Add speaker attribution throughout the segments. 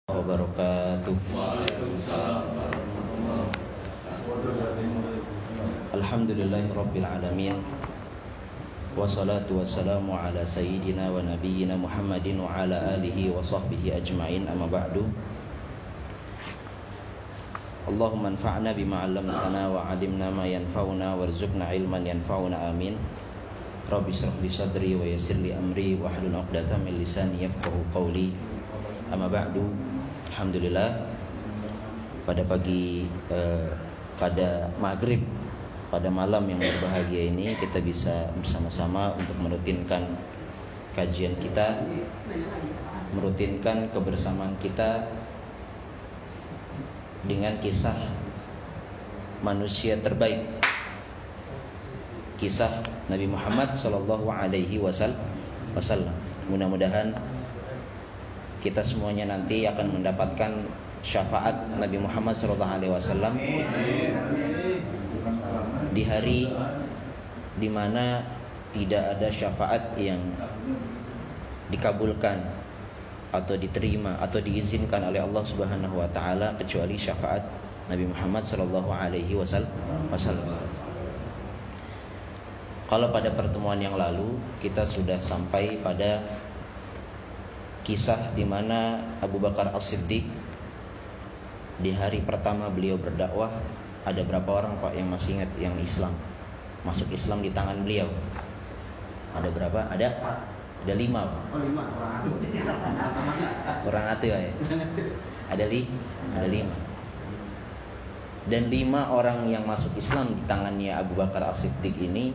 Speaker 1: Wabarakatuh. Alhamdulillahirabbil alamin. Wassalatu wassalamu ala sayyidina wa nabiyyina Muhammadin wa ala alihi wa sahbihi ajma'in. Amma ba'du. Allahumma anfa'na bima 'allamtana wa 'allimna ma yanfa'una warzuqna ilman yanfa'una. Amin. Rabbi shrah li sadri wa yassir li amri wahlul 'uqdatam min lisani yafqahu qawli. Amma ba'du. Alhamdulillah, pada pada maghrib, pada malam yang berbahagia ini kita bisa bersama-sama untuk merutinkan kajian kita, merutinkan kebersamaan kita dengan kisah manusia terbaik, kisah Nabi Muhammad sallallahu alaihi wasallam. Mudah-mudahan kita semuanya nanti akan mendapatkan syafaat Nabi Muhammad SAW di hari di mana tidak ada syafaat yang dikabulkan atau diterima atau diizinkan oleh Allah Subhanahu wa taala kecuali syafaat Nabi Muhammad SAW. Kalau pada pertemuan yang lalu kita sudah sampai pada kisah di mana Abu Bakar As-Siddiq di hari pertama beliau berdakwah, ada berapa orang Pak yang masih ingat yang Islam? Masuk Islam di tangan beliau. Ada berapa? Ada 5. Oh, 5. Kurang atuh ya. Ada 5. Dan 5 orang yang masuk Islam di tangannya Abu Bakar As-Siddiq ini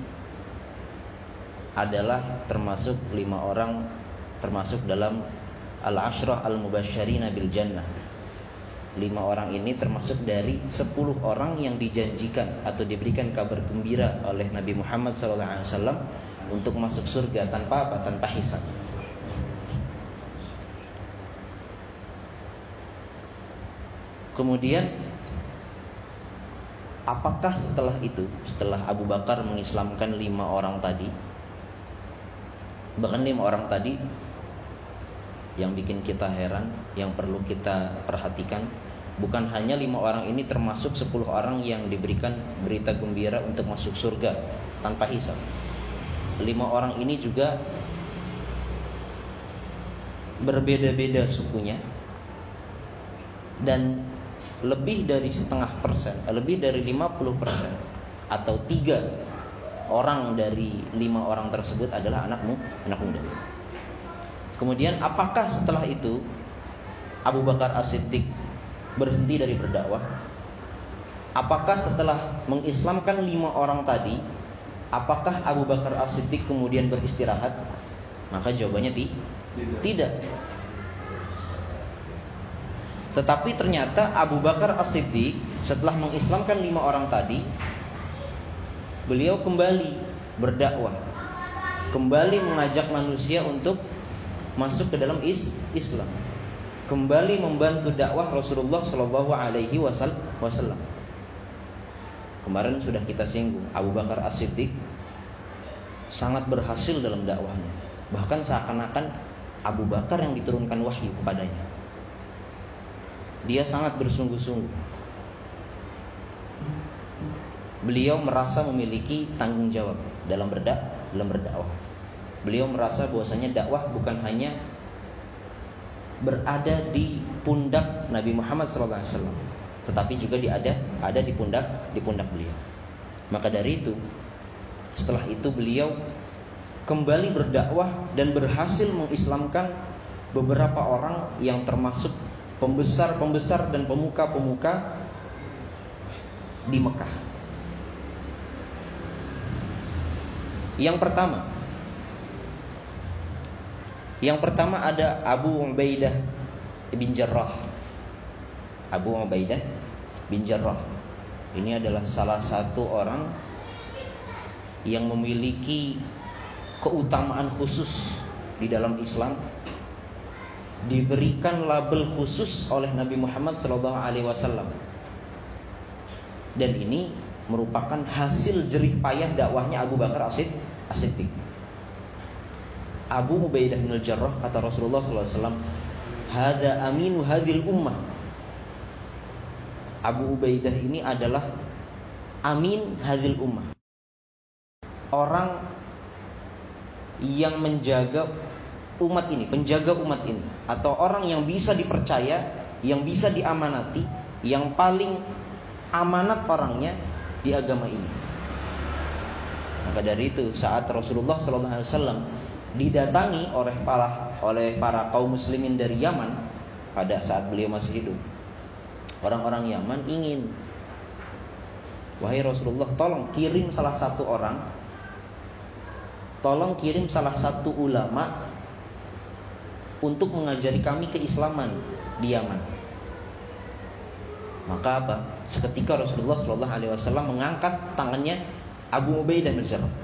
Speaker 1: adalah termasuk 5 orang termasuk dalam Al-Ashrah Al-Mubasysyirina bil Jannah. 5 orang ini termasuk dari 10 orang yang dijanjikan atau diberikan kabar gembira oleh Nabi Muhammad SAW untuk masuk surga tanpa apa? Tanpa hisab. Kemudian apakah setelah itu, setelah Abu Bakar mengislamkan 5 orang tadi, bahkan 5 orang tadi yang bikin kita heran, yang perlu kita perhatikan, bukan hanya 5 orang ini termasuk 10 orang yang diberikan berita gembira untuk masuk surga tanpa hisab. 5 orang ini juga berbeda-beda sukunya, dan lebih dari 0,5%, lebih dari 50% atau 3 orang dari 5 orang tersebut adalah anak muda. Kemudian apakah setelah itu Abu Bakar As-Siddiq berhenti dari berdakwah? Apakah setelah mengislamkan 5 orang tadi, apakah Abu Bakar As-Siddiq kemudian beristirahat? Maka jawabannya tidak. Tetapi ternyata Abu Bakar As-Siddiq setelah mengislamkan 5 orang tadi, beliau kembali berdakwah, kembali mengajak manusia untuk masuk ke dalam Islam, kembali membantu dakwah Rasulullah Shallallahu Alaihi Wasallam. Kemarin sudah kita singgung, Abu Bakar As-Siddiq sangat berhasil dalam dakwahnya. Bahkan seakan-akan Abu Bakar yang diturunkan wahyu kepadanya. Dia sangat bersungguh-sungguh. Beliau merasa memiliki tanggung jawab dalam berdakwah. Beliau merasa bahwasanya dakwah bukan hanya berada di pundak Nabi Muhammad SAW, tetapi juga ada di pundak beliau. Maka dari itu, setelah itu beliau kembali berdakwah dan berhasil mengislamkan beberapa orang yang termasuk pembesar-pembesar dan pemuka-pemuka di Mekah. Yang pertama ada Abu Ubaidah bin Jarrah. Abu Ubaidah bin Jarrah ini adalah salah satu orang yang memiliki keutamaan khusus di dalam Islam, diberikan label khusus oleh Nabi Muhammad SAW. Dan ini merupakan hasil jerih payah dakwahnya Abu Bakar As-Siddiq. Abu Ubaidah bin Jarrah, kata Rasulullah SAW, Hadza aminu hadhil ummah. Abu Ubaidah ini adalah amin hadhil ummah. Orang yang menjaga umat ini, penjaga umat ini, atau orang yang bisa dipercaya, yang bisa diamanati, yang paling amanat orangnya di agama ini. Maka dari itu saat Rasulullah SAW didatangi oleh para kaum muslimin dari Yaman pada saat beliau masih hidup, orang-orang Yaman ingin, wahai Rasulullah, tolong kirim salah satu orang, tolong kirim salah satu ulama untuk mengajari kami keislaman di Yaman. Maka apa? Seketika Rasulullah SAW mengangkat tangannya Abu Ubaidah bin Jarrah.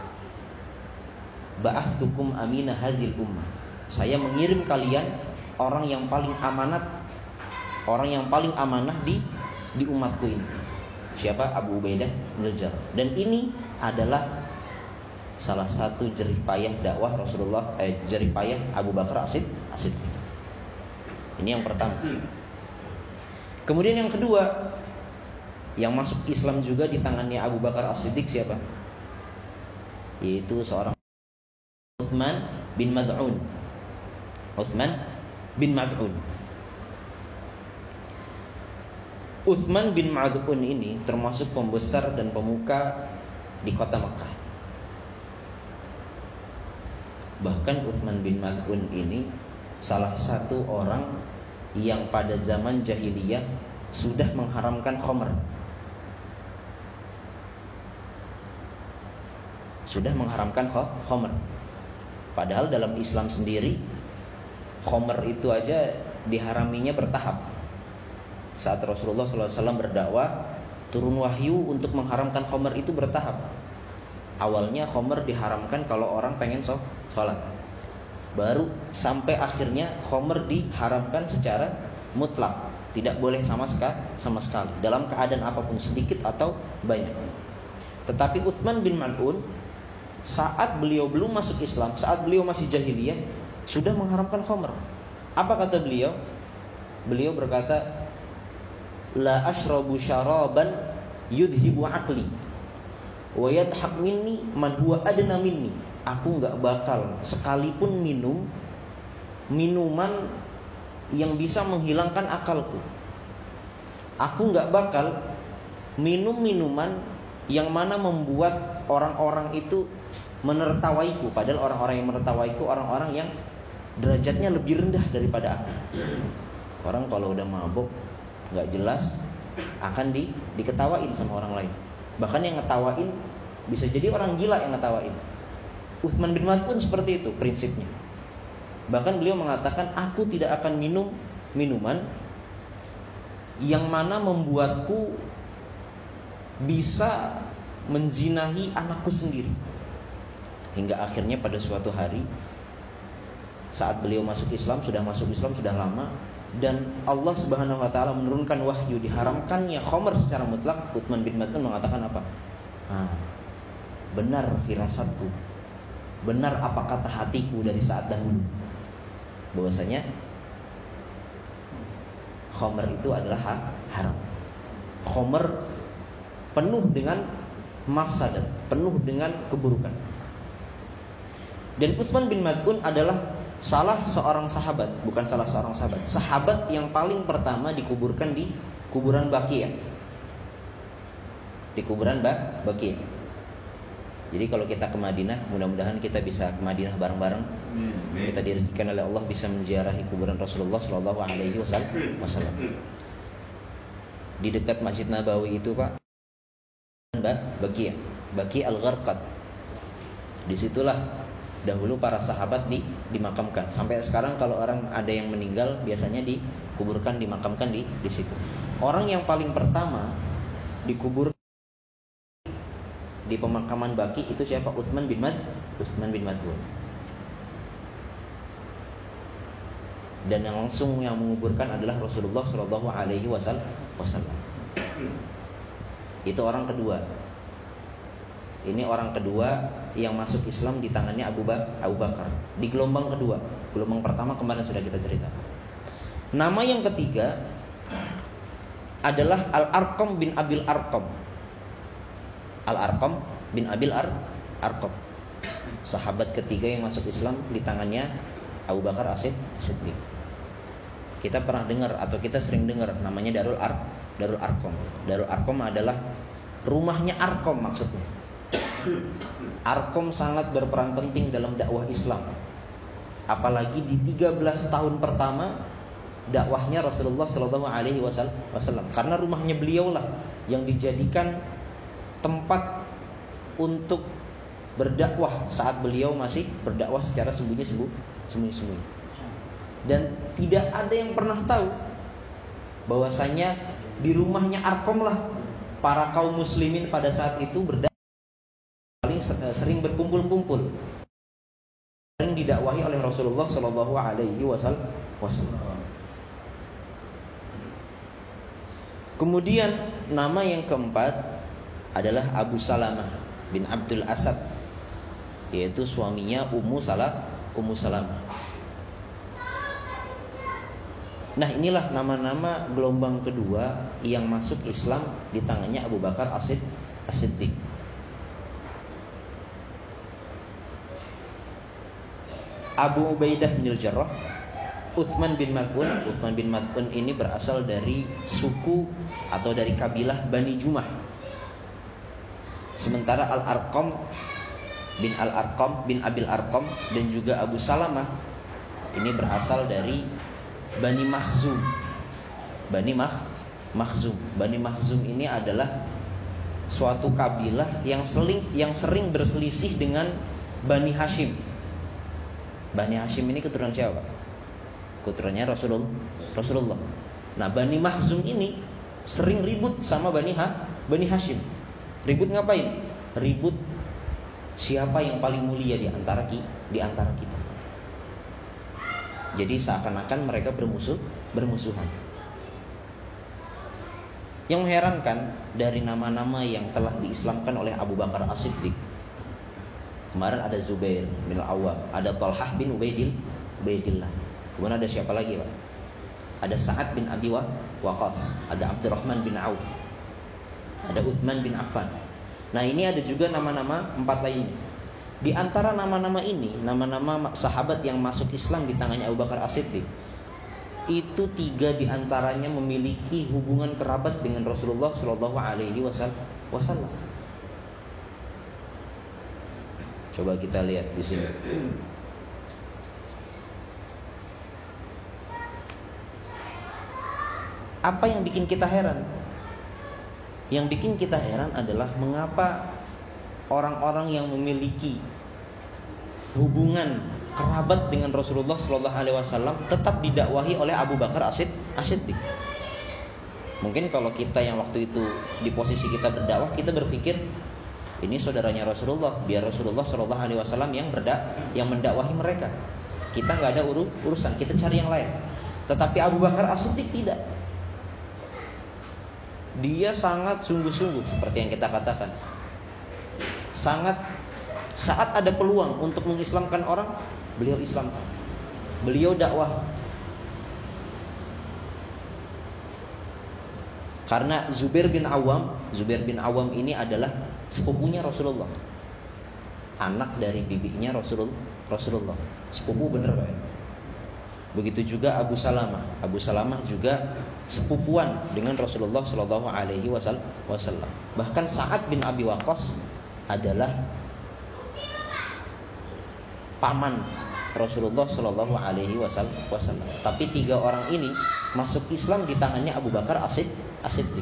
Speaker 1: Ba'athtukum amina hadhil ummah. Saya mengirim kalian orang yang paling amanat, orang yang paling amanah di umatku ini. Siapa? Abu Ubaidah bin Jarrah. Dan ini adalah salah satu jerih payah dakwah Rasulullah, jerih payah Abu Bakar As-Siddiq. Ini yang pertama. Kemudian yang kedua, yang masuk Islam juga di tangannya Abu Bakar As-Siddiq siapa? Yaitu seorang Uthman bin Mad'un. Uthman bin Mad'un. Uthman bin Mad'un ini termasuk pembesar dan pemuka di kota Mekah. Bahkan Uthman bin Mad'un ini salah satu orang yang pada zaman jahiliyah sudah mengharamkan khamr. Sudah mengharamkan khamr. Padahal dalam Islam sendiri khamr itu aja diharaminya bertahap. Saat Rasulullah SAW berdakwah, turun wahyu untuk mengharamkan khamr itu bertahap. Awalnya khamr diharamkan kalau orang pengen sholat. Baru sampai akhirnya khamr diharamkan secara mutlak, tidak boleh sama sekali dalam keadaan apapun, sedikit atau banyak. Tetapi Uthman bin Mad'un saat beliau belum masuk Islam, saat beliau masih jahiliyah, sudah mengharamkan khamr. Apa kata beliau? Beliau berkata, la ashrabu syaraban yudhibu aqli wa yadhaq minni man huwa adna minni. Aku gak bakal sekalipun minum minuman yang bisa menghilangkan akalku. Aku gak bakal minum minuman yang mana membuat orang-orang itu menertawaiku. Padahal orang-orang yang menertawaiku orang-orang yang derajatnya lebih rendah daripada aku. Orang kalau udah mabuk gak jelas akan diketawain sama orang lain. Bahkan yang ngetawain bisa jadi orang gila yang ngetawain. Uthman bin Mad'un seperti itu prinsipnya. Bahkan beliau mengatakan, aku tidak akan minum minuman yang mana membuatku bisa menzinahi anakku sendiri. Hingga akhirnya pada suatu hari saat beliau masuk Islam, sudah lama, dan Allah Subhanahu wa taala menurunkan wahyu diharamkannya khamr secara mutlak, Uthman bin Mad'un mengatakan apa? Benar firasatku, benar apa kata hatiku dari saat dahulu, bahwasanya khamr itu adalah haram. Khamr penuh dengan mafsadat, penuh dengan keburukan. Dan Uthman bin Mad'un adalah salah seorang sahabat, bukan salah seorang sahabat yang paling pertama dikuburkan di kuburan Baqi'. Di kuburan Baqi'. Jadi kalau kita ke Madinah, mudah-mudahan kita bisa ke Madinah bareng-bareng. Kita direzekikan oleh Allah bisa menziarahi kuburan Rasulullah Shallallahu Alaihi Wasallam. Di dekat Masjid Nabawi itu, Pak, Baqi' Al-Gharqad. Disitulah dahulu para sahabat dimakamkan. Sampai sekarang kalau orang ada yang meninggal, biasanya dikuburkan, dimakamkan di situ. Orang yang paling pertama dikubur di pemakaman Baqi' itu siapa? Uthman bin Mad'un. Dan yang langsung yang menguburkan adalah Rasulullah Shallallahu Alaihi Wasallam. Itu orang kedua. Ini orang kedua yang masuk Islam di tangannya Abu Bakar. Di gelombang kedua. Gelombang pertama kemarin sudah kita ceritakan. Nama yang ketiga adalah Al-Arqam bin Abil Arqam. Al-Arqam bin Abil Arqam, sahabat ketiga yang masuk Islam di tangannya Abu Bakar As-Siddiq. Kita pernah dengar atau kita sering dengar namanya Darul Arqam. Darul Arqam adalah rumahnya Arqam maksudnya. Arqam sangat berperan penting dalam dakwah Islam. Apalagi di 13 tahun pertama dakwahnya Rasulullah Shallallahu Alaihi Wasallam, karena rumahnya beliaulah yang dijadikan tempat untuk berdakwah saat beliau masih berdakwah secara sembunyi-sembunyi. Dan tidak ada yang pernah tahu bahwasanya di rumahnya Arqam lah para kaum muslimin pada saat itu berdakwah, paling sering berkumpul-kumpul, sering didakwahi oleh Rasulullah Shallallahu Alaihi Wasallam. Kemudian nama yang keempat adalah Abu Salamah bin Abdul Asad, yaitu suaminya Ummu Salamah. Nah, inilah nama-nama gelombang kedua yang masuk Islam di tangannya Abu Bakar As-Siddiq. Abu Ubaidah bin Al-Jarrah, Uthman bin Mad'un. Uthman bin Mad'un ini berasal dari suku atau dari kabilah Bani Jumah. Sementara Al-Arqam bin Abil Arqam dan juga Abu Salamah ini berasal dari Bani Makhzum. Bani Makhzum ini adalah suatu kabilah yang sering berselisih dengan Bani Hashim. Bani Hashim ini keturunan siapa? Keturunannya Rasulullah. Nah, Bani Makhzum ini sering ribut sama Bani Hashim. Ribut ngapain? Ribut siapa yang paling mulia di antara kita. Jadi seakan-akan mereka bermusuhan. Yang mengherankan dari nama-nama yang telah diislamkan oleh Abu Bakar As-Siddiq, kemarin ada Zubair bin Al-Awwam, ada Talhah bin Ubaidillah. Kemudian ada siapa lagi, Pak? Ada Sa'ad bin Abi Waqqas, ada Abdurrahman bin Auf, ada Uthman bin Affan. Nah, ini ada juga nama-nama empat lainnya. Di antara nama-nama ini, nama-nama sahabat yang masuk Islam di tangannya Abu Bakar As-Siddiq, itu 3 di antaranya memiliki hubungan kerabat dengan Rasulullah Shallallahu Alaihi Wasallam. Coba kita lihat di sini. Apa yang bikin kita heran? Yang bikin kita heran adalah mengapa orang-orang yang memiliki hubungan kerabat dengan Rasulullah Shallallahu Alaihi Wasallam tetap didakwahi oleh Abu Bakar As-Siddiq. Mungkin kalau kita yang waktu itu di posisi kita berdakwah, kita berpikir ini saudaranya Rasulullah, biar Rasulullah Shallallahu Alaihi Wasallam yang mendakwahi mereka. Kita nggak ada urusan, kita cari yang lain. Tetapi Abu Bakar As-Siddiq tidak. Dia sangat sungguh-sungguh seperti yang kita katakan. Sangat, saat ada peluang untuk mengislamkan orang, beliau islamkan. Beliau dakwah. Karena Zubair bin Awam ini adalah sepupunya Rasulullah, anak dari bibinya Rasulullah. Sepupu bener, Pak. Begitu juga Abu Salamah juga sepupuan dengan Rasulullah Shallallahu Alaihi Wasallam. Bahkan Sa'ad bin Abi Waqqas adalah paman Rasulullah Shallallahu Alaihi Wasallam. Tapi 3 orang ini masuk Islam di tangannya Abu Bakar As-Siddiq.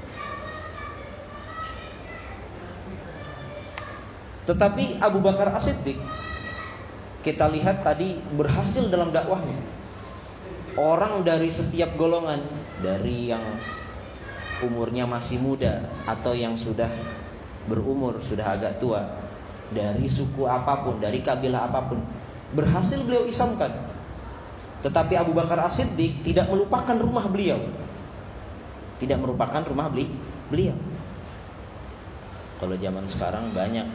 Speaker 1: Tetapi Abu Bakar As-Siddiq, kita lihat tadi berhasil dalam dakwahnya. Orang dari setiap golongan, dari yang umurnya masih muda atau yang sudah berumur, sudah agak tua, dari suku apapun, dari kabilah apapun, berhasil beliau islamkan. Tetapi Abu Bakar As-Siddiq tidak melupakan rumah beliau. Kalau zaman sekarang banyak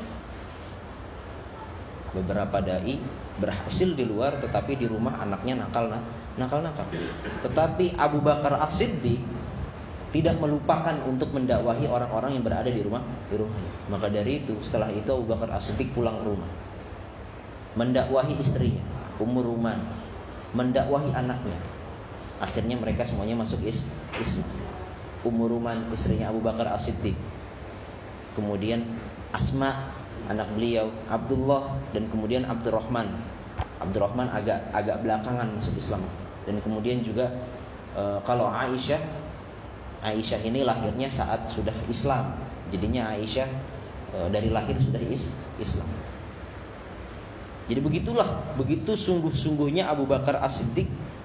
Speaker 1: beberapa dai berhasil di luar, tetapi di rumah anaknya nakal nakal-nakal. Tetapi Abu Bakar As-Siddiq tidak melupakan untuk mendakwahi orang-orang yang berada di rumahnya. Maka dari itu, setelah itu Abu Bakar As-Siddiq pulang ke rumah, mendakwahi istrinya Ummu Ruman, mendakwahi anaknya. Akhirnya mereka semuanya masuk Islam. Ummu Ruman istrinya Abu Bakar As-Siddiq, kemudian Asma anak beliau, Abdullah, dan kemudian Abdurrahman. Abdurrahman agak belakangan masuk Islam. Dan kemudian juga kalau Aisyah ini lahirnya saat sudah Islam. Jadinya Aisyah dari lahir sudah Islam. Jadi begitu sungguh-sungguhnya Abu Bakar As-Siddiq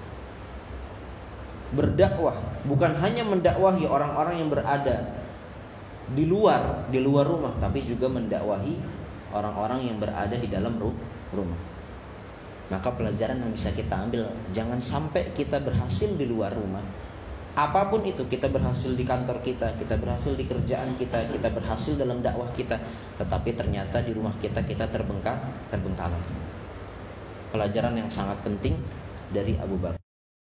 Speaker 1: berdakwah, bukan hanya mendakwahi orang-orang yang berada di luar rumah, tapi juga mendakwahi orang-orang yang berada di dalam rumah. Maka pelajaran yang bisa kita ambil, jangan sampai kita berhasil di luar rumah. Apapun itu, kita berhasil di kantor kita berhasil di kerjaan kita berhasil dalam dakwah kita, tetapi ternyata di rumah kita terbengkalai. Pelajaran yang sangat penting dari Abu Bakar.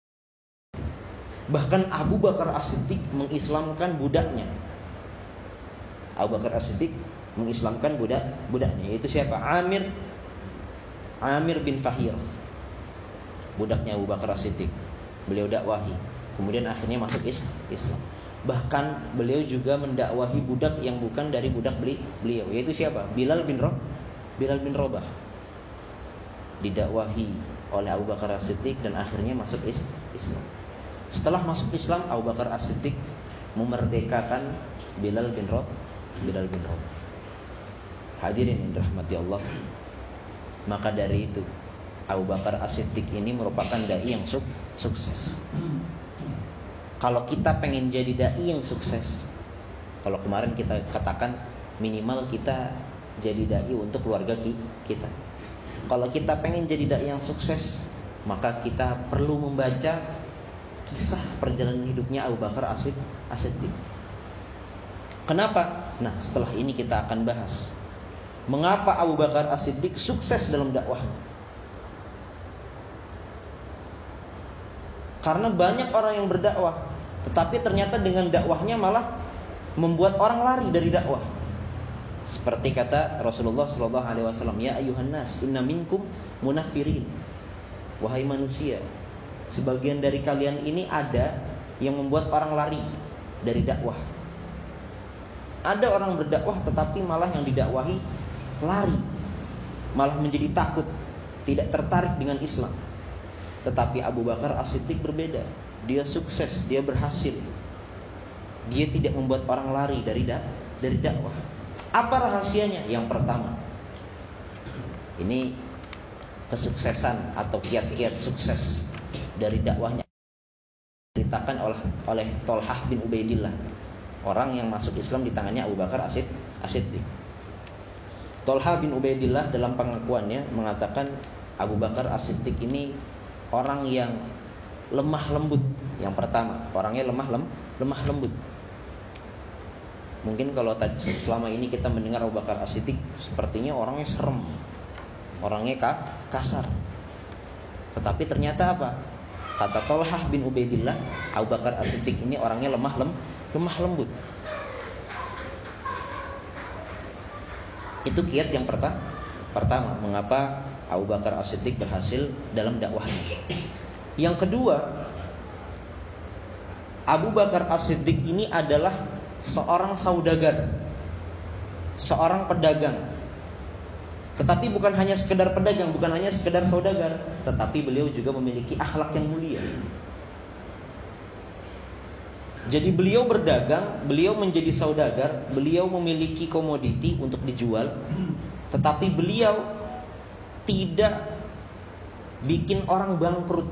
Speaker 1: Bahkan Abu Bakar As-Siddiq mengislamkan budaknya. Abu Bakar As-Siddiq mengislamkan budaknya, yaitu siapa? Amir bin Fahir, budaknya Abu Bakar As-Siddiq. Beliau dakwahi, kemudian akhirnya masuk Islam. Bahkan beliau juga mendakwahi budak yang bukan dari budak beliau, yaitu siapa? Bilal bin Rabah. Didakwahi oleh Abu Bakar As-Siddiq dan akhirnya masuk Islam. Setelah masuk Islam, Abu Bakar As-Siddiq memerdekakan Bilal bin Rabah. Hadirin yang dirahmati Allah. Maka dari itu, Abu Bakar As-Siddiq ini merupakan dai yang sukses. Kalau kita pengen jadi dai yang sukses, kalau kemarin kita katakan minimal kita jadi dai untuk keluarga kita. Kalau kita pengen jadi dai yang sukses, maka kita perlu membaca kisah perjalanan hidupnya Abu Bakar As-Siddiq. Kenapa? Nah, setelah ini kita akan bahas mengapa Abu Bakar As-Siddiq sukses dalam dakwahnya. Karena banyak orang yang berdakwah, tetapi ternyata dengan dakwahnya malah membuat orang lari dari dakwah. Seperti kata Rasulullah SAW, ya ayuhan nas, inna minkum munafirin. Wahai manusia, sebagian dari kalian ini ada yang membuat orang lari dari dakwah. Ada orang berdakwah tetapi malah yang didakwahi lari, malah menjadi takut, tidak tertarik dengan Islam. Tetapi Abu Bakar As-Siddiq berbeda. Dia sukses, dia berhasil. Dia tidak membuat orang lari dari dakwah. Apa rahasianya? Yang pertama, ini kesuksesan atau kiat-kiat sukses dari dakwahnya diceritakan oleh Tolhah bin Ubaidillah, orang yang masuk Islam di tangannya Abu Bakar As-Siddiq. Tolhah bin Ubaidillah dalam pengakuannya mengatakan Abu Bakar As-Siddiq ini orang yang lemah lembut. Yang pertama, orangnya lemah lembut. Mungkin kalau selama ini kita mendengar Abu Bakar As-Siddiq sepertinya orangnya serem, orangnya kasar. Tetapi ternyata apa? Kata Tolhah bin Ubaidillah, Abu Bakar As-Siddiq ini orangnya lemah lembut. Itu kiat yang pertama, mengapa Abu Bakar As-Siddiq berhasil dalam dakwahnya. Yang kedua, Abu Bakar As-Siddiq ini adalah seorang saudagar, seorang pedagang. Tetapi bukan hanya sekedar pedagang, bukan hanya sekedar saudagar, tetapi beliau juga memiliki akhlak yang mulia. Jadi beliau berdagang, beliau menjadi saudagar, beliau memiliki komoditi untuk dijual, tetapi beliau tidak bikin orang bangkrut.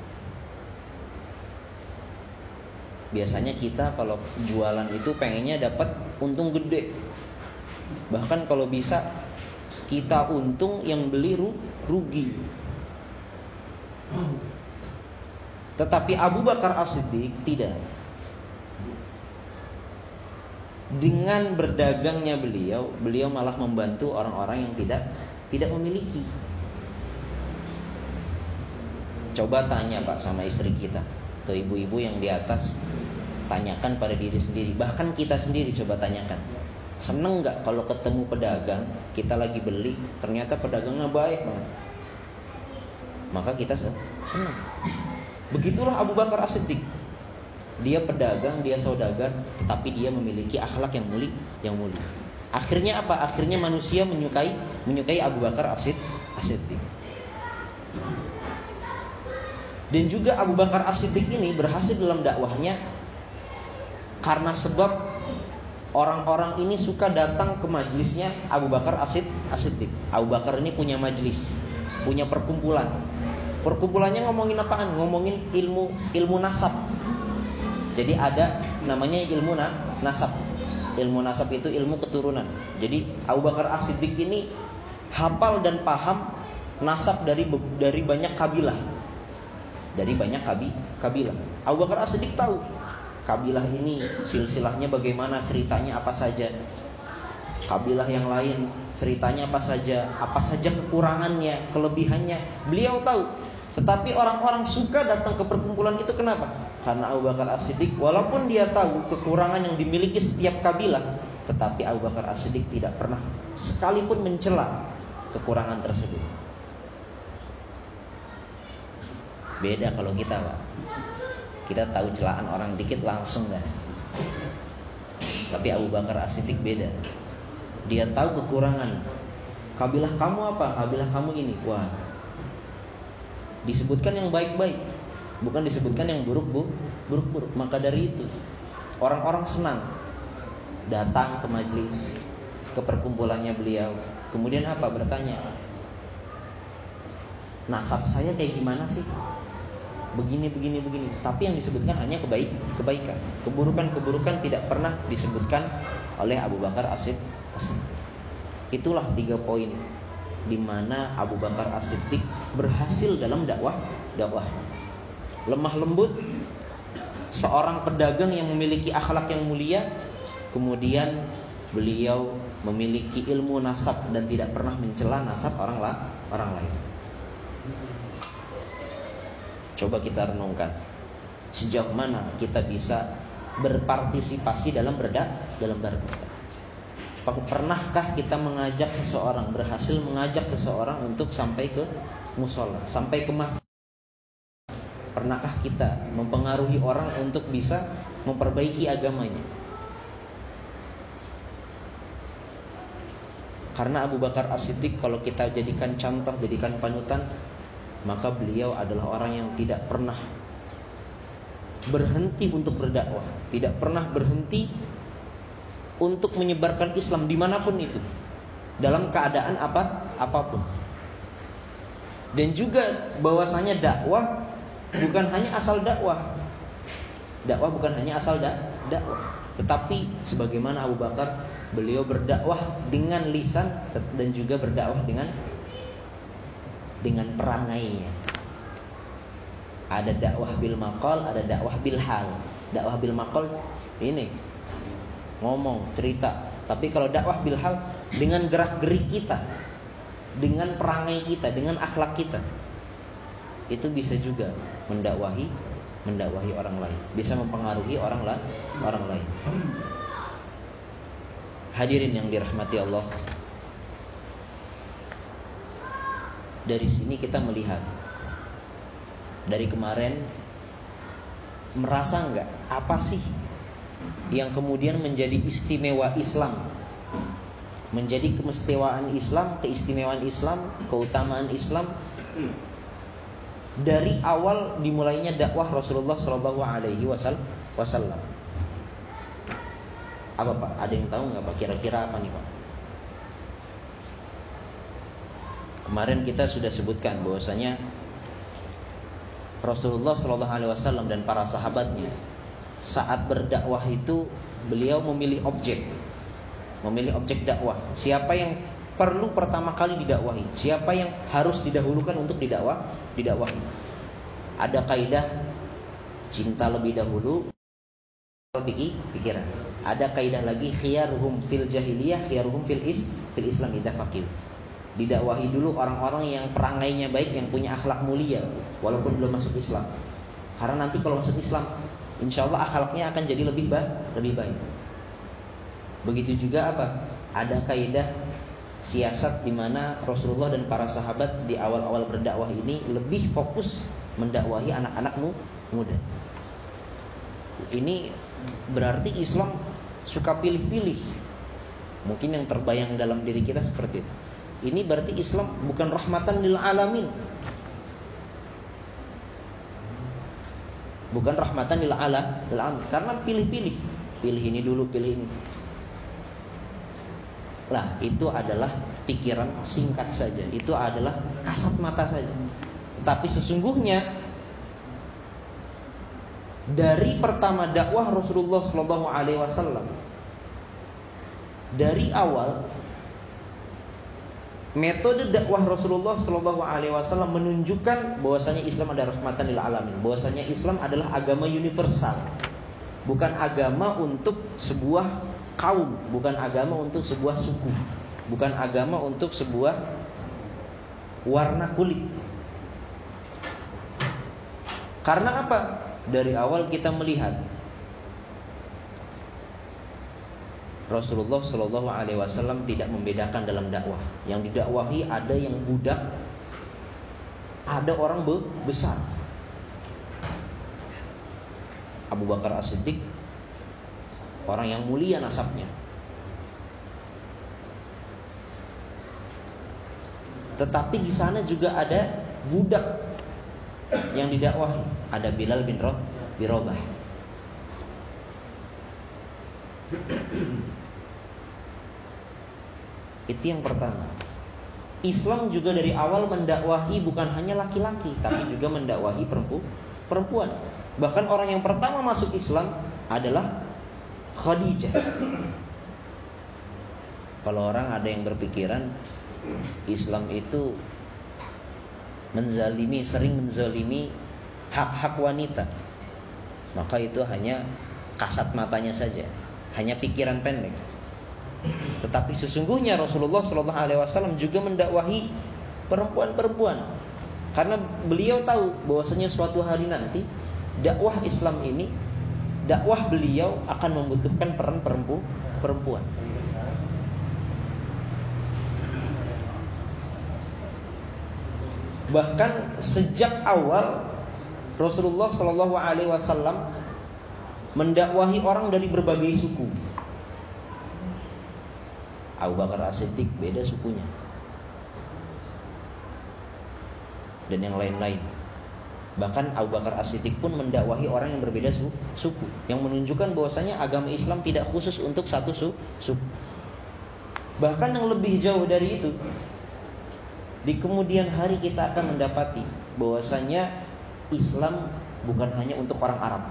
Speaker 1: Biasanya kita kalau jualan itu pengennya dapat untung gede. Bahkan kalau bisa kita untung, yang beli rugi. Tetapi Abu Bakar As-Siddiq tidak. Dengan berdagangnya beliau malah membantu orang-orang yang tidak memiliki. Coba tanya Pak sama istri kita, tuh ibu-ibu yang di atas, tanyakan pada diri sendiri. Bahkan kita sendiri coba tanyakan, seneng gak kalau ketemu pedagang, kita lagi beli, ternyata pedagangnya baik banget, maka kita senang. Begitulah Abu Bakar As-Siddiq. Dia pedagang, dia saudagar, tetapi dia memiliki akhlak yang mulia. Akhirnya apa? Akhirnya manusia menyukai Abu Bakar As-Siddiq. Dan juga Abu Bakar As-Siddiq ini berhasil dalam dakwahnya karena sebab orang-orang ini suka datang ke majelisnya Abu Bakar As-Siddiq. Abu Bakar ini punya majelis, punya perkumpulan. Perkumpulannya ngomongin apaan? Ngomongin ilmu nasab. Jadi ada namanya ilmu nasab. Ilmu nasab itu ilmu keturunan. Jadi Abu Bakar As-Siddiq ini hafal dan paham nasab dari banyak kabilah. Dari banyak kabilah. Abu Bakar As-Siddiq tahu kabilah ini silsilahnya bagaimana, ceritanya apa saja. Kabilah yang lain ceritanya apa saja kekurangannya, kelebihannya, beliau tahu. Tetapi orang-orang suka datang ke perkumpulan itu kenapa? Karena Abu Bakar As-Siddiq walaupun dia tahu kekurangan yang dimiliki setiap kabilah, tetapi Abu Bakar As-Siddiq tidak pernah sekalipun mencela kekurangan tersebut. Beda kalau kita, Pak. Kita tahu celaan orang dikit langsung dah. Tapi Abu Bakar As-Siddiq beda. Dia tahu kekurangan. Kabilah kamu apa? Kabilah kamu ini. Wah. Disebutkan yang baik-baik, bukan disebutkan yang buruk-buruk. Maka dari itu orang-orang senang datang ke majelis, ke perkumpulannya beliau. Kemudian apa? Bertanya, nasab saya kayak gimana sih? Begini. Tapi yang disebutkan hanya kebaikan. Keburukan tidak pernah disebutkan oleh Abu Bakar As-Siddiq. Itulah 3 poin di mana Abu Bakar As-Siddiq berhasil dalam dakwah. Lemah lembut, seorang pedagang yang memiliki akhlak yang mulia, kemudian beliau memiliki ilmu nasab dan tidak pernah mencela nasab orang lain. Coba kita renungkan, sejauh mana kita bisa berpartisipasi dalam berdakwah. Pernahkah kita berhasil mengajak seseorang untuk sampai ke musola, sampai ke masjid? Pernahkah kita mempengaruhi orang untuk bisa memperbaiki agamanya? Karena Abu Bakar As-Siddiq kalau kita jadikan contoh, jadikan panutan, maka beliau adalah orang yang tidak pernah berhenti untuk berdakwah, tidak pernah berhenti untuk menyebarkan Islam dimanapun itu, dalam keadaan apapun. Dan juga bahwasanya dakwah bukan hanya asal dakwah. Dakwah bukan hanya asal dakwah, tetapi sebagaimana Abu Bakar, beliau berdakwah dengan lisan dan juga berdakwah dengan perangainya. Ada dakwah bil maqal, ada dakwah bil hal. Dakwah bil maqal ini ngomong, cerita. Tapi kalau dakwah bil hal, dengan gerak-gerik kita, dengan perangai kita, dengan akhlak kita, itu bisa juga mendakwahi orang lain, bisa mempengaruhi orang lain. Hadirin yang dirahmati Allah, dari sini kita melihat, dari kemarin merasa enggak apa sih yang kemudian menjadi istimewa Islam, menjadi keistimewaan Islam, keutamaan Islam dari awal dimulainya dakwah Rasulullah SAW. Apa Pak? Ada yang tahu nggak Pak? Kira-kira apa nih Pak? Kemarin kita sudah sebutkan bahwasanya Rasulullah SAW dan para sahabatnya saat berdakwah itu beliau memilih objek dakwah. Siapa yang perlu pertama kali didakwahi? Siapa yang harus didahulukan untuk didakwahi? Ada kaidah cinta lebih dahulu, pikiran. Ada kaidah lagi khiyaruhum fil jahiliyah, khiyaruhum fil Islam idza faqih. Didakwahi dulu orang-orang yang perangainya baik, yang punya akhlak mulia, walaupun belum masuk Islam. Karena nanti kalau masuk Islam, insya Allah akhlaknya akan jadi lebih baik. Begitu juga apa? Ada kaidah siasat di mana Rasulullah dan para sahabat di awal-awal berdakwah ini lebih fokus mendakwahi anak-anak muda. Ini berarti Islam suka pilih-pilih. Mungkin yang terbayang dalam diri kita seperti itu. Ini berarti Islam bukan rahmatan lil alamin. Bukan rahmatan lil alamin, karena pilih-pilih. Pilih ini dulu, pilih ini. Nah, itu adalah pikiran singkat saja. Itu adalah kasat mata saja. Tetapi sesungguhnya dari pertama dakwah Rasulullah SAW, dari awal metode dakwah Rasulullah SAW menunjukkan bahwasanya Islam adalah rahmatan lil alamin, bahwasanya Islam adalah agama universal, bukan agama untuk sebuah kaum, bukan agama untuk sebuah suku, bukan agama untuk sebuah warna kulit. Karena apa? Dari awal kita melihat Rasulullah SAW tidak membedakan dalam dakwah. Yang didakwahi ada yang budak, ada orang besar. Abu Bakar As-Siddiq orang yang mulia nasabnya. Tetapi di sana juga ada budak yang didakwahi. Ada Bilal bin Rabah. Itu yang pertama. Islam juga dari awal mendakwahi bukan hanya laki-laki, tapi juga mendakwahi perempuan. Bahkan orang yang pertama masuk Islam adalah Khadijah. Kalau orang ada yang berpikiran Islam itu sering menzalimi hak-hak wanita, maka itu hanya kasat matanya saja, hanya pikiran pendek. Tetapi sesungguhnya Rasulullah SAW juga mendakwahi perempuan-perempuan, karena beliau tahu bahwasanya suatu hari nanti dakwah Islam ini, dakwah beliau akan membutuhkan peran perempuan. Bahkan sejak awal Rasulullah SAW mendakwahi orang dari berbagai suku. Abu Bakar As-Siddiq beda sukunya, dan yang lain-lain. Bahkan Abu Bakar As-Siddiq pun mendakwahi orang yang berbeda suku, yang menunjukkan bahwasanya agama Islam tidak khusus untuk satu suku. Bahkan yang lebih jauh dari itu, di kemudian hari kita akan mendapati bahwasanya Islam bukan hanya untuk orang Arab.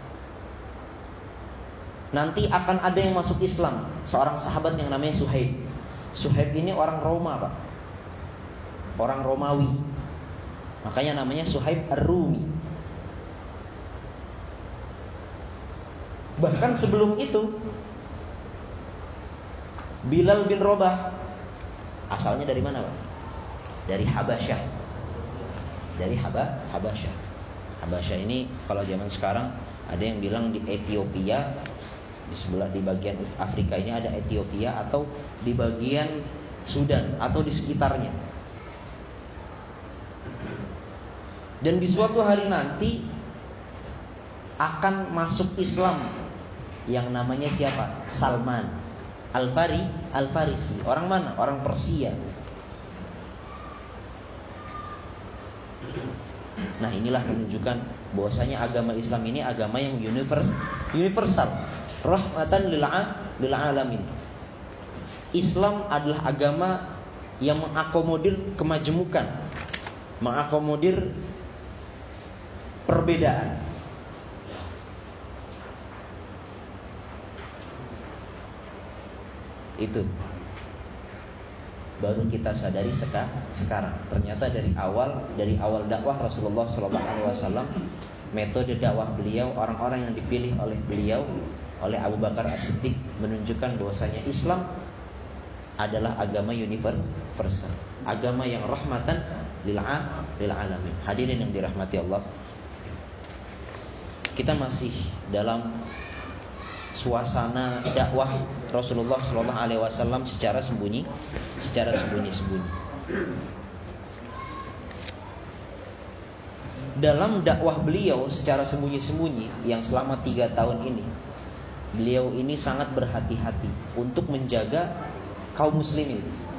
Speaker 1: Nanti akan ada yang masuk Islam, seorang sahabat yang namanya Suhaib. Suhaib ini orang Roma, Pak. Orang Romawi. Makanya namanya Suhaib Ar-Rumi. Bahkan sebelum itu Bilal bin Rabah asalnya dari mana, Pak? Dari Habasyah. Dari Habasyah. Habasyah ini kalau zaman sekarang ada yang bilang di Ethiopia, di sebelah, di bagian Afrika ini ada Ethiopia, atau di bagian Sudan atau di sekitarnya. Dan di suatu hari nanti akan masuk Islam yang namanya siapa? Salman Al-Farisi. Orang mana? Orang Persia. Nah, inilah menunjukkan bahwasanya agama Islam ini agama yang universal, rahmatan lil alamin. Islam adalah agama yang mengakomodir kemajemukan, mengakomodir perbedaan. Itu baru kita sadari sekarang. Ternyata dari awal dakwah Rasulullah SAW, metode dakwah beliau, orang-orang yang dipilih oleh beliau, oleh Abu Bakar As-Siddiq, menunjukkan bahwasanya Islam adalah agama universal, agama yang rahmatan lil alamin. Hadirin yang dirahmati Allah, kita masih dalam suasana dakwah Rasulullah Shallallahu Alaihi Wasallam secara sembunyi. Dalam dakwah beliau secara sembunyi-sembunyi yang selama 3 tahun ini, beliau ini sangat berhati-hati untuk menjaga kaum muslimin.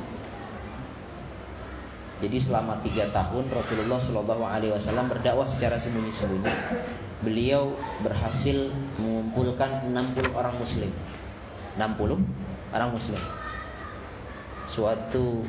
Speaker 1: Jadi selama 3 tahun Rasulullah Shallallahu Alaihi Wasallam berdakwah secara sembunyi-sembunyi. Beliau berhasil mengumpulkan 60 orang muslim. 60 orang muslim. Suatu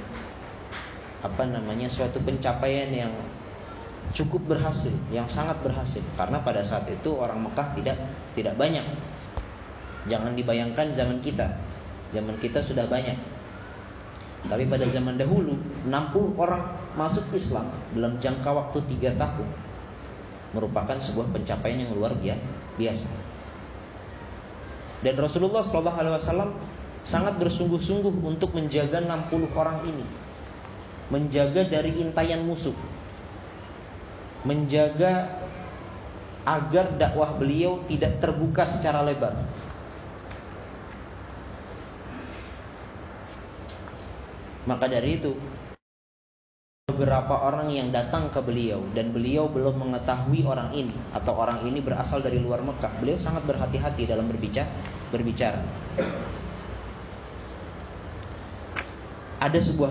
Speaker 1: pencapaian yang cukup berhasil, yang sangat berhasil, karena pada saat itu orang Mekah tidak banyak. Jangan dibayangkan zaman kita. Zaman kita sudah banyak. Tapi pada zaman dahulu 60 orang masuk Islam dalam jangka waktu 3 tahun merupakan sebuah pencapaian yang luar biasa. Dan Rasulullah SAW sangat bersungguh-sungguh untuk menjaga 60 orang ini, menjaga dari intayan musuh, menjaga agar dakwah beliau tidak terbuka secara lebar. Maka dari itu, beberapa orang yang datang ke beliau dan beliau belum mengetahui orang ini atau orang ini berasal dari luar Mekah, beliau sangat berhati-hati dalam berbicara. Ada sebuah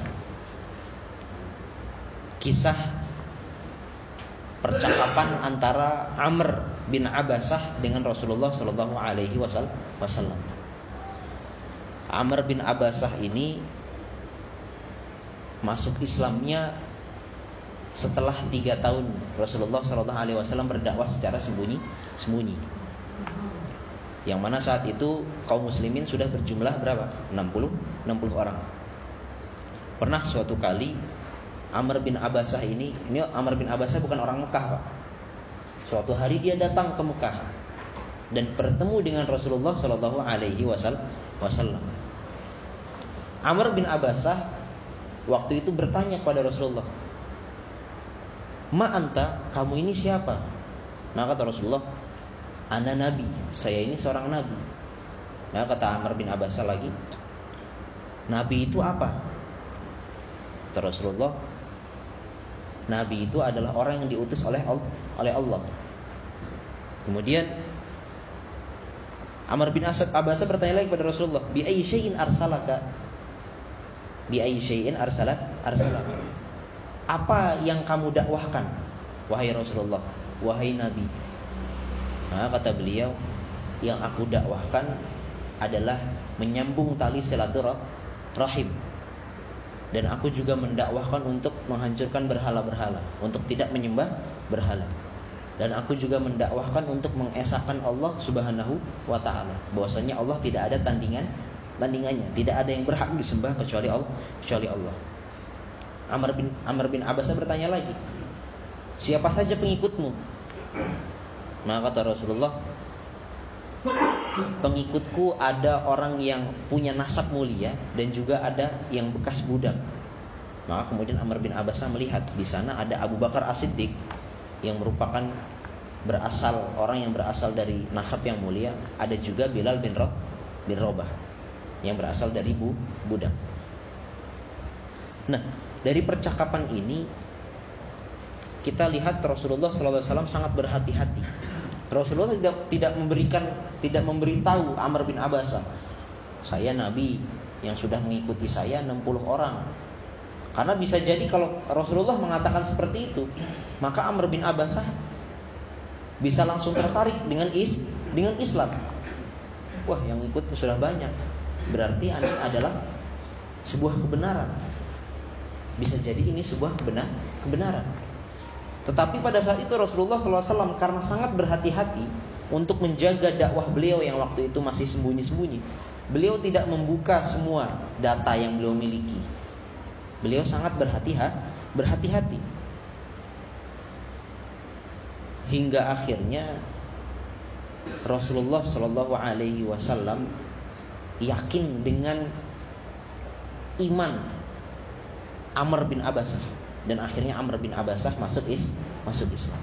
Speaker 1: kisah percakapan antara Amr bin Abasah dengan Rasulullah Shallallahu Alaihi Wasallam. Amr bin Abasah ini masuk Islamnya setelah 3 tahun Rasulullah Shallallahu Alaihi Wasallam berdakwah secara sembunyi. Yang mana saat itu kaum muslimin sudah berjumlah berapa? 60 orang. Pernah suatu kali Amr bin Abasah ini Amr bin Abasah bukan orang Mekah, Pak. Suatu hari dia datang ke Mekah dan bertemu dengan Rasulullah Shallallahu Alaihi Wasallam. Amr bin Abasah waktu itu bertanya kepada Rasulullah, "Ma anta, kamu ini siapa?" Maka kata Rasulullah, "Ana nabi, saya ini seorang nabi." Maka kata Amr bin Abasah lagi, "Nabi itu apa?" Kata Rasulullah, "Nabi itu adalah orang yang diutus oleh Allah." Kemudian Amr bin Abasah bertanya lagi kepada Rasulullah, "Bi ayyi syai'in arsalaka?" Bi ayyi syai'in arsalaka? Apa yang kamu dakwahkan, wahai Rasulullah, wahai Nabi? Nah, kata beliau, yang aku dakwahkan adalah menyambung tali silaturahim. Dan aku juga mendakwahkan untuk menghancurkan berhala-berhala, untuk tidak menyembah berhala. Dan aku juga mendakwahkan untuk mengesahkan Allah Subhanahu wa taala, bahwasanya Allah tidak ada tandingannya, tidak ada yang berhak disembah kecuali Allah. Amr bin Abasah bertanya lagi, "Siapa saja pengikutmu?" Maka kata Rasulullah, "Pengikutku ada orang yang punya nasab mulia dan juga ada yang bekas budak." Maka kemudian Amr bin Abasah melihat di sana ada Abu Bakar As-Siddiq yang merupakan orang yang berasal dari nasab yang mulia, ada juga Bilal bin Rabah yang berasal dari budak. Nah, dari percakapan ini kita lihat Rasulullah SAW sangat berhati-hati. Rasulullah tidak memberitahu Amr bin Abasah, "Saya Nabi yang sudah mengikuti saya 60 orang." Karena bisa jadi kalau Rasulullah mengatakan seperti itu, maka Amr bin Abasah bisa langsung tertarik dengan Islam. Wah, yang ikut sudah banyak, berarti ini adalah sebuah kebenaran. Bisa jadi ini sebuah kebenaran. Tetapi pada saat itu Rasulullah SAW karena sangat berhati-hati untuk menjaga dakwah beliau yang waktu itu masih sembunyi-sembunyi, beliau tidak membuka semua data yang beliau miliki. Beliau sangat berhati-hati. Hingga akhirnya Rasulullah SAW yakin dengan iman Amr bin Abasah, dan akhirnya Amr bin Abasah masuk Islam.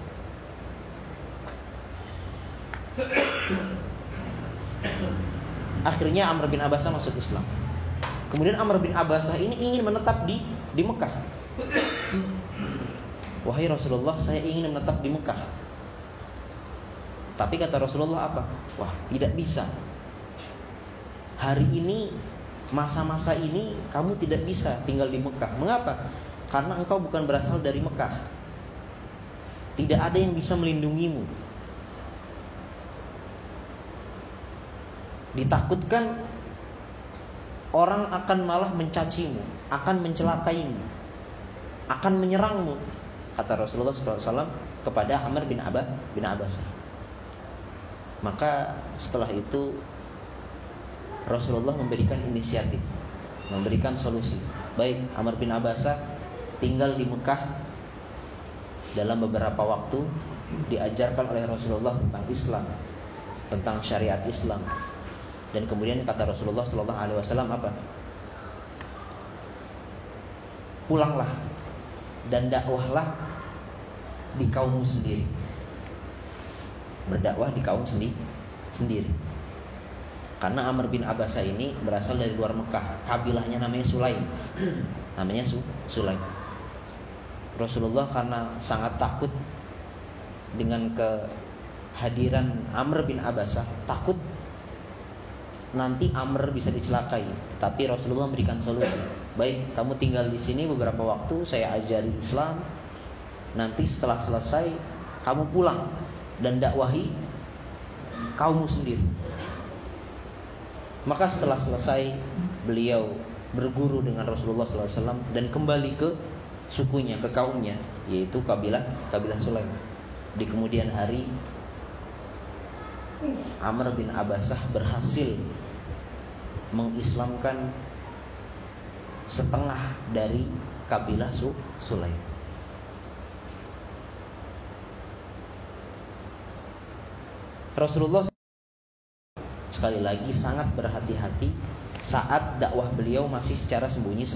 Speaker 1: Akhirnya Amr bin Abasah masuk Islam. Kemudian Amr bin Abasah ini ingin menetap di Mekah. Wahai Rasulullah, saya ingin menetap di Mekah. Tapi kata Rasulullah apa? Wah, tidak bisa. Hari ini, masa-masa ini kamu tidak bisa tinggal di Mekah. Mengapa? Karena engkau bukan berasal dari Mekah. Tidak ada yang bisa melindungimu. Ditakutkan orang akan malah mencacimu, akan mencelakaimu, akan menyerangmu, kata Rasulullah SAW kepada Amr bin Abasah. Maka setelah itu Rasulullah memberikan inisiatif, memberikan solusi. Baik, Amr bin Abasah tinggal di Mekah. Dalam beberapa waktu diajarkan oleh Rasulullah tentang Islam, tentang syariat Islam. Dan kemudian kata Rasulullah SAW apa? Pulanglah dan dakwahlah di kaummu sendiri. Berdakwah di kaum sendiri. Karena Amr bin Abasah ini berasal dari luar Mekah. Kabilahnya namanya Sulaim. Sulaim. Rasulullah karena sangat takut dengan kehadiran Amr bin Abasah, takut nanti Amr bisa dicelakai. Tetapi Rasulullah memberikan solusi. Baik, kamu tinggal di sini beberapa waktu, saya ajari Islam. Nanti setelah selesai, kamu pulang dan dakwahi kaummu sendiri. Maka setelah selesai, beliau berguru dengan Rasulullah SAW dan kembali ke sukunya, ke kaumnya, yaitu kabilah Sulaim. Di kemudian hari, Amr bin Abasah berhasil mengislamkan setengah dari kabilah Sulaim. Rasulullah sekali lagi sangat berhati-hati saat dakwah beliau masih secara sembunyi.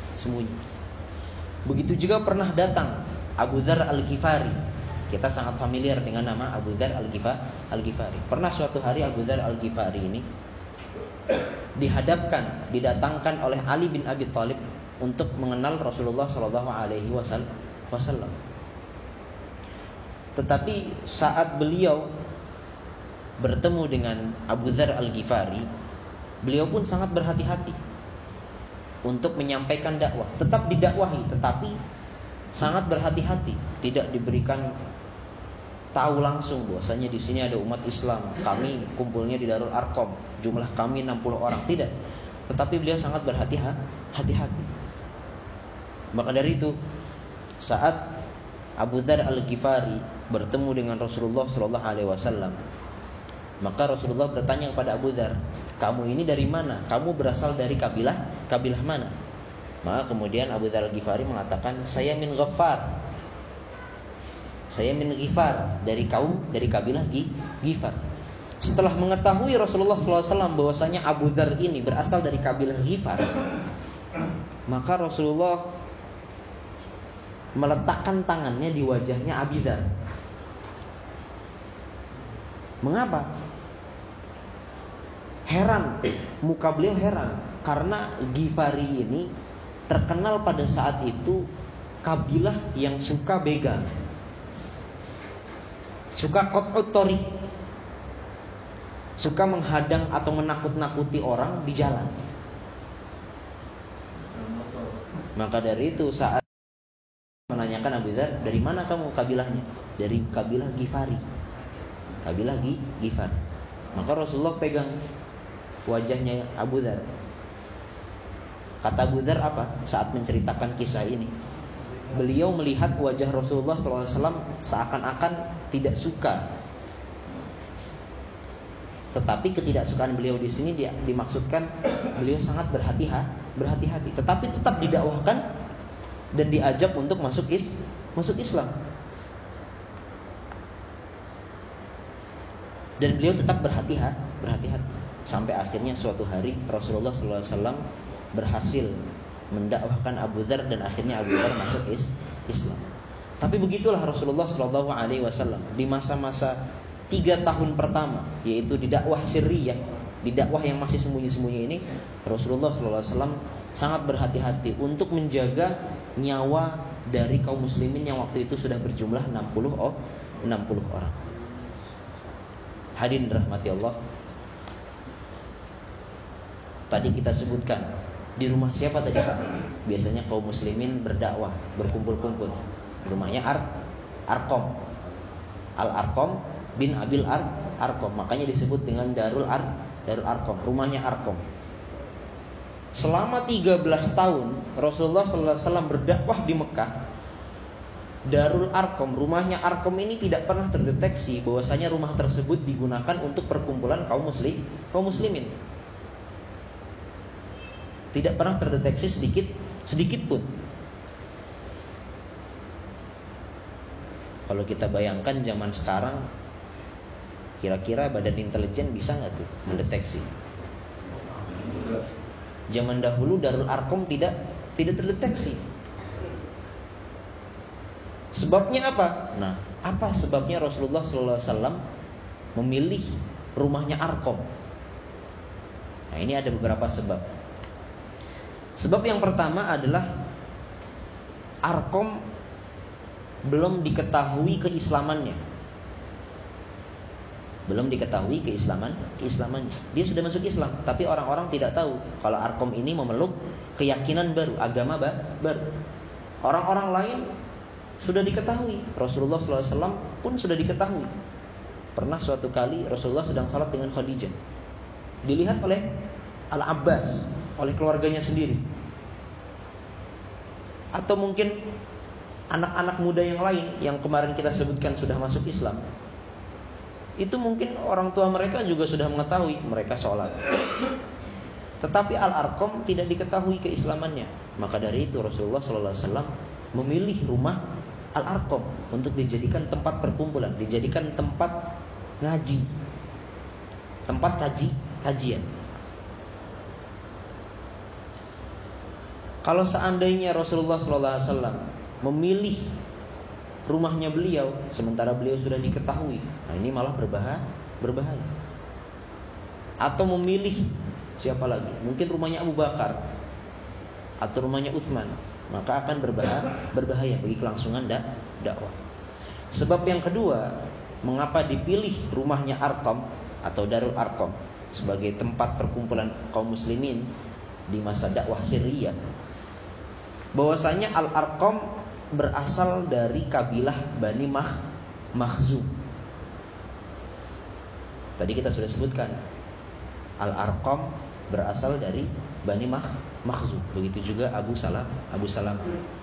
Speaker 1: Begitu juga pernah datang Abu Dzar Al-Ghifari. Kita sangat familiar dengan nama Abu Dzar Al-Ghifari. Pernah suatu hari Abu Dzar Al-Ghifari ini didatangkan oleh Ali bin Abi Thalib untuk mengenal Rasulullah SAW. Tetapi saat beliau bertemu dengan Abu Dzar Al-Ghifari, beliau pun sangat berhati-hati untuk menyampaikan dakwah. Tetap didakwahi, tetapi sangat berhati-hati, tidak diberikan tahu langsung bahwasanya di sini ada umat Islam, kami kumpulnya di Darul Arqam, jumlah kami 60 orang, tidak. Tetapi beliau sangat berhati-hati. Maka dari itu, saat Abu Dzar Al-Ghifari bertemu dengan Rasulullah SAW, maka Rasulullah bertanya kepada Abu Dzar, kamu ini dari mana? Kamu berasal dari kabilah mana? Maka kemudian Abu Dzar Al-Ghifari mengatakan, saya min Ghaffar. Saya min Ghifar, dari kabilah Ghifar. Setelah mengetahui Rasulullah SAW bahwasanya Abu Dzar ini berasal dari kabilah Ghifar, maka Rasulullah meletakkan tangannya di wajahnya Abu Dzar. Mengapa? Heran, muka beliau heran, karena Ghifari ini terkenal pada saat itu kabilah yang suka begal, suka qat'ut thariq, suka menghadang atau menakut-nakuti orang di jalan. Maka dari itu saat menanyakan Abu Dzar, dari mana kamu kabilahnya? Dari kabilah Ghifari. Kabilah Ghifar. Maka Rasulullah pegang wajahnya Abu Dzar. Kata Abu Dzar apa? Saat menceritakan kisah ini, beliau melihat wajah Rasulullah SAW seakan-akan tidak suka. Tetapi ketidaksukaan beliau di sini dimaksudkan beliau sangat berhati-hati. Tetapi tetap didakwahkan dan diajak untuk masuk Islam. Dan beliau tetap berhati-hati. Sampai akhirnya suatu hari Rasulullah SAW berhasil mendakwahkan Abu Dzar, dan akhirnya Abu Dzar masuk Islam. Tapi begitulah Rasulullah Shallallahu Alaihi Wasallam di masa-masa 3 tahun pertama, yaitu di dakwah sirriyah, di dakwah yang masih sembunyi-sembunyi ini, Rasulullah Shallallahu Alaihi Wasallam sangat berhati-hati untuk menjaga nyawa dari kaum muslimin yang waktu itu sudah berjumlah 60 orang. Hadirin rahmati Allah. Tadi kita sebutkan di rumah siapa tadi Pak? Biasanya kaum muslimin berdakwah, berkumpul-kumpul. Rumahnya Arqam. Al-Arqam bin Abil Arqam. Makanya disebut dengan Darul Arqam, rumahnya Arqam. Selama 13 tahun Rasulullah sallallahu alaihi wasallam berdakwah di Mekah, Darul Arqam, rumahnya Arqam ini tidak pernah terdeteksi bahwasanya rumah tersebut digunakan untuk perkumpulan kaum muslimin. Tidak pernah terdeteksi sedikit pun. Kalau kita bayangkan zaman sekarang, kira-kira badan intelijen bisa nggak tuh mendeteksi? Zaman dahulu Darul Arqam tidak terdeteksi. Sebabnya apa? Nah, apa sebabnya Rasulullah SAW memilih rumahnya Arqam? Nah, ini ada beberapa sebab. Sebab yang pertama adalah Arqam belum diketahui keislamannya. Keislamannya. Dia sudah masuk Islam, tapi orang-orang tidak tahu kalau Arqam ini memeluk keyakinan baru, agama baru. Orang-orang lain sudah diketahui, Rasulullah SAW pun sudah diketahui. Pernah suatu kali Rasulullah sedang salat dengan Khadijah, dilihat oleh Al-Abbas, oleh keluarganya sendiri, atau mungkin anak-anak muda yang lain yang kemarin kita sebutkan sudah masuk Islam. Itu mungkin orang tua mereka juga sudah mengetahui mereka sholat, tetapi Al-Arqam tidak diketahui keislamannya. Maka dari itu Rasulullah SAW memilih rumah Al-Arqam untuk dijadikan tempat perkumpulan, dijadikan tempat ngaji, tempat kajian. Kalau seandainya Rasulullah SAW memilih rumahnya beliau sementara beliau sudah diketahui, nah ini malah berbahaya. Atau memilih siapa lagi? Mungkin rumahnya Abu Bakar atau rumahnya Utsman, maka akan berbahaya bagi kelangsungan dakwah. Sebab yang kedua, mengapa dipilih rumahnya Arqam atau Darul Arqam sebagai tempat perkumpulan kaum muslimin di masa dakwah sirriyah? Bahwasanya Al-Arqam berasal dari kabilah Bani Makhzum. Tadi kita sudah sebutkan, Al-Arqam berasal dari Bani Makhzum. Begitu juga Abu Salam.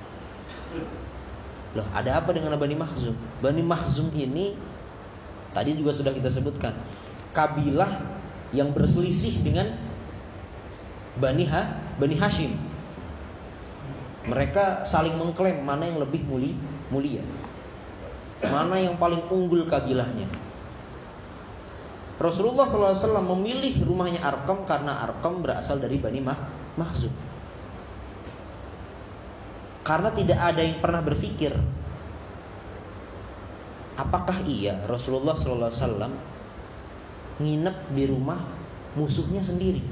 Speaker 1: Loh, ada apa dengan Bani Makhzum? Bani Makhzum ini tadi juga sudah kita sebutkan, kabilah yang berselisih dengan Bani Hashim. Mereka saling mengklaim mana yang lebih mulia, mana yang paling unggul kabilahnya. Rasulullah SAW memilih rumahnya Arqam karena Arqam berasal dari Bani Makhzum. Karena tidak ada yang pernah berpikir, apakah iya Rasulullah SAW nginep di rumah musuhnya sendiri.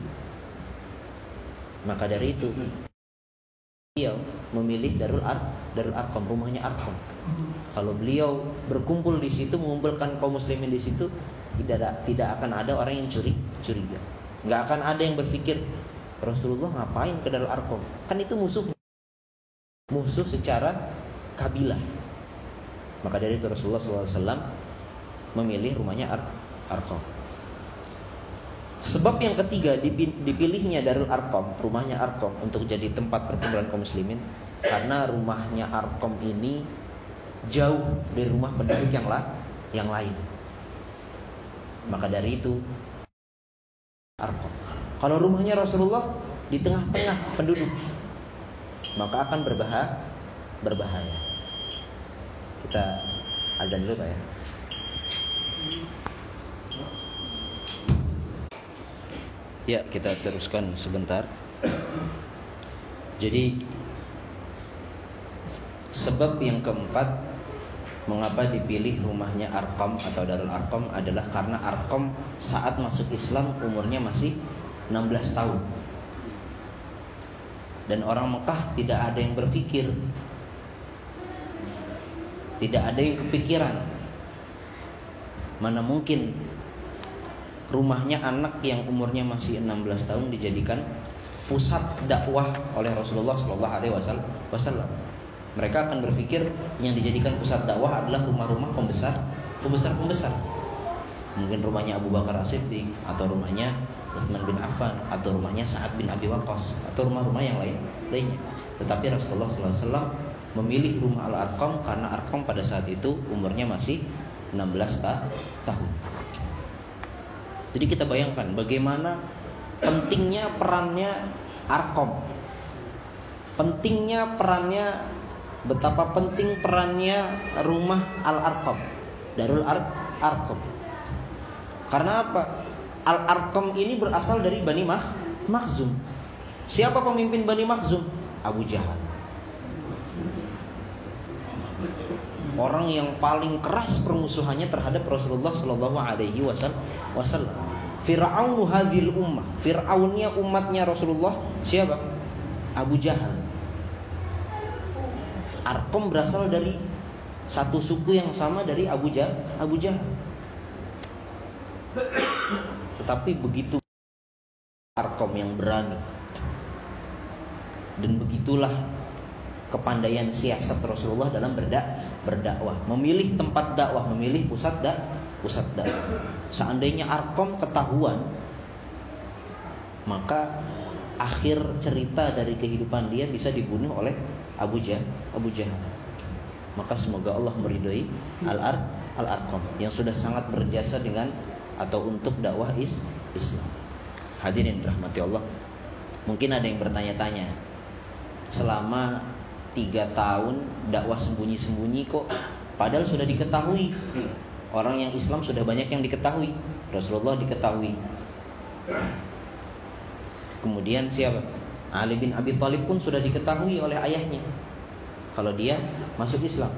Speaker 1: Maka dari itu beliau memilih Darul Arqam, rumahnya Arqam. Kalau beliau berkumpul di situ, mengumpulkan kaum muslimin di situ, tidak akan ada orang yang curiga. Nggak akan ada yang berpikir Rasulullah ngapain ke Darul Arqam, kan itu musuh secara kabilah. Maka dari itu Rasulullah SAW memilih rumahnya Arqam. Sebab yang ketiga dipilihnya Darul Arqam, rumahnya Arqam untuk jadi tempat perkumpulan kaum muslimin, karena rumahnya Arqam ini jauh dari rumah penduduk yang lain. Maka dari itu Arqam. Kalau rumahnya Rasulullah di tengah-tengah penduduk, maka akan berbahaya. Kita azan dulu Pak ya. Ya, kita teruskan sebentar. Jadi sebab yang keempat mengapa dipilih rumahnya Arqam atau Darul Arqam adalah karena Arqam saat masuk Islam umurnya masih 16 tahun. Dan orang Mekah tidak ada yang berpikir, tidak ada yang kepikiran, mana mungkin rumahnya anak yang umurnya masih 16 tahun dijadikan pusat dakwah oleh Rasulullah SAW. Mereka akan berpikir yang dijadikan pusat dakwah adalah rumah-rumah pembesar. Mungkin rumahnya Abu Bakar As-Siddiq, atau rumahnya Utsman bin Affan, atau rumahnya Sa'ad bin Abi Waqqas, atau rumah-rumah yang lainnya. Tetapi Rasulullah SAW memilih rumah Al-Arqam karena Arqam pada saat itu umurnya masih 16 tahun. Jadi kita bayangkan bagaimana pentingnya perannya Arqam. Betapa penting perannya rumah Al-Arqam, Darul Arqam. Karena apa? Al-Arqam ini berasal dari Bani Makhzum. Siapa pemimpin Bani Makhzum? Abu Jahal. Orang yang paling keras permusuhannya terhadap Rasulullah Shallallahu Alaihi Wasallam. Fir'aunu hadhil ummah. Fir'aunnya umatnya Rasulullah siapa? Abu Jahal. Arqam berasal dari satu suku yang sama dari Abu Jahal. Tetapi begitu Arqam yang berani, dan begitulah kepandaian siasat Rasulullah dalam berdakwah, memilih tempat dakwah, memilih pusat dakwah. Seandainya Arqam ketahuan, maka akhir cerita dari kehidupan dia bisa dibunuh oleh Abu Jahal. Maka semoga Allah meridhoi Al-Arqam yang sudah sangat berjasa dengan atau untuk dakwah Islam. Hadirin rahmati Allah. Mungkin ada yang bertanya-tanya, selama 3 tahun dakwah sembunyi-sembunyi kok, padahal sudah diketahui. Orang yang Islam sudah banyak yang diketahui. Rasulullah diketahui. Kemudian siapa? Ali bin Abi Thalib pun sudah diketahui oleh ayahnya kalau dia masuk Islam.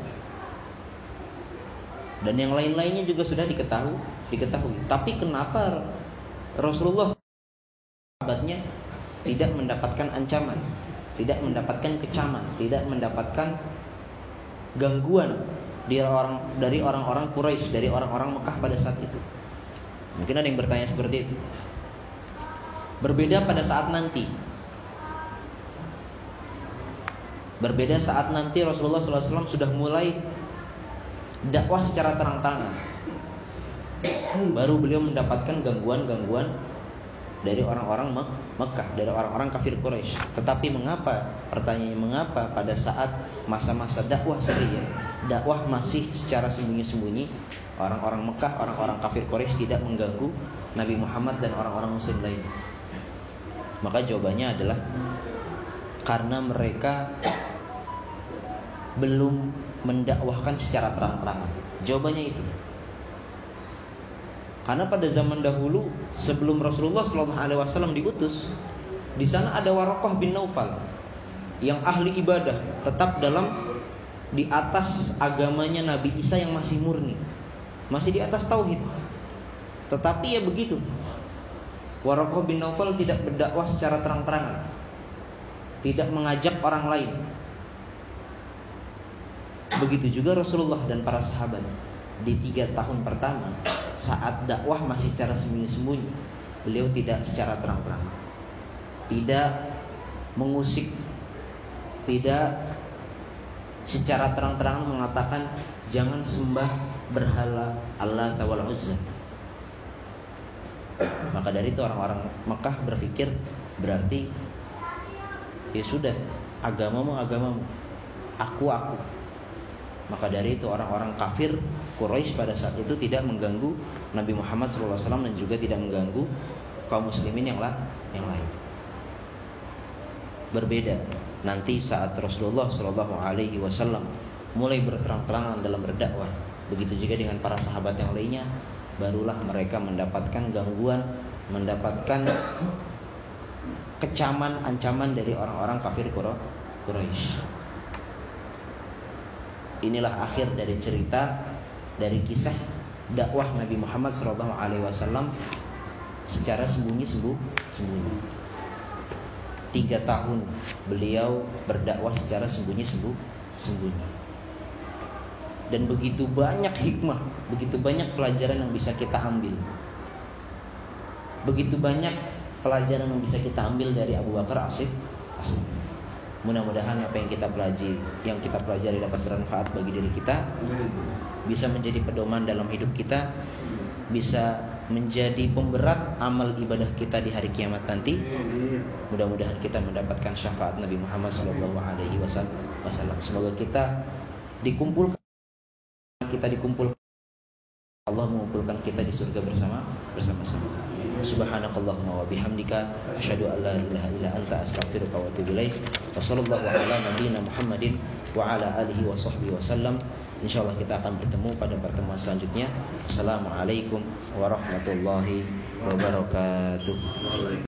Speaker 1: Dan yang lain-lainnya juga sudah diketahui. Tapi kenapa Rasulullah sahabatnya tidak mendapatkan ancaman, tidak mendapatkan kecaman, tidak mendapatkan gangguan dari orang-orang Quraisy, dari orang-orang Mekah pada saat itu? Mungkin ada yang bertanya seperti itu. Berbeda saat nanti Rasulullah SAW sudah mulai dakwah secara terang-terangan. Baru beliau mendapatkan gangguan-gangguan dari orang-orang Mekah, dari orang-orang kafir Quraisy. Tetapi pertanyaannya mengapa pada saat masa-masa dakwah Syria, dakwah masih secara sembunyi-sembunyi, orang-orang Mekah, orang-orang kafir Quraisy tidak mengganggu Nabi Muhammad dan orang-orang muslim lain? Maka jawabannya adalah karena mereka belum mendakwahkan secara terang-terangan. Jawabannya itu. Karena pada zaman dahulu sebelum Rasulullah SAW diutus, di sana ada Waraqah bin Naufal yang ahli ibadah, tetap di atas agamanya Nabi Isa yang masih murni, masih di atas tauhid. Tetapi ya begitu, Waraqah bin Naufal tidak berdakwah secara terang-terangan, tidak mengajak orang lain. Begitu juga Rasulullah dan para sahabat. Di 3 tahun pertama, saat dakwah masih secara sembunyi-sembunyi, beliau tidak secara terang-terangan, tidak mengusik, tidak secara terang-terangan mengatakan jangan sembah berhala Allah wal Uzza. Maka dari itu orang-orang Mekah berpikir, berarti ya sudah, agamamu, aku. Maka dari itu orang-orang kafir Quraisy pada saat itu tidak mengganggu Nabi Muhammad SAW dan juga tidak mengganggu kaum muslimin yang lain. Berbeda nanti saat Rasulullah SAW mulai berterang-terangan dalam berdakwah, begitu juga dengan para sahabat yang lainnya, barulah mereka mendapatkan gangguan, mendapatkan kecaman, ancaman dari orang-orang kafir Quraisy. Inilah akhir dari cerita, dari kisah dakwah Nabi Muhammad SAW secara sembunyi-sembunyi. 3 tahun beliau berdakwah secara sembunyi-sembunyi. Dan begitu banyak hikmah, begitu banyak pelajaran yang bisa kita ambil. Begitu banyak pelajaran yang bisa kita ambil dari Abu Bakar As-Siddiq. Mudah-mudahan apa yang kita pelajari dapat bermanfaat bagi diri kita, bisa menjadi pedoman dalam hidup kita, bisa menjadi pemberat amal ibadah kita di hari kiamat nanti. Mudah-mudahan kita mendapatkan syafaat Nabi Muhammad SAW. Semoga kita dikumpulkan, Allah mengumpulkan kita di surga bersama-sama. Subhanakallahumma wa bihamdika asyhadu an la ilaha illa anta astaghfiruka wa atubu ilaik. Wa sallallahu ala nabiyyina Muhammadin wa ala alihi wa sahbihi wasallam. Insyaallah kita akan bertemu pada pertemuan selanjutnya. Assalamualaikum warahmatullahi wabarakatuh.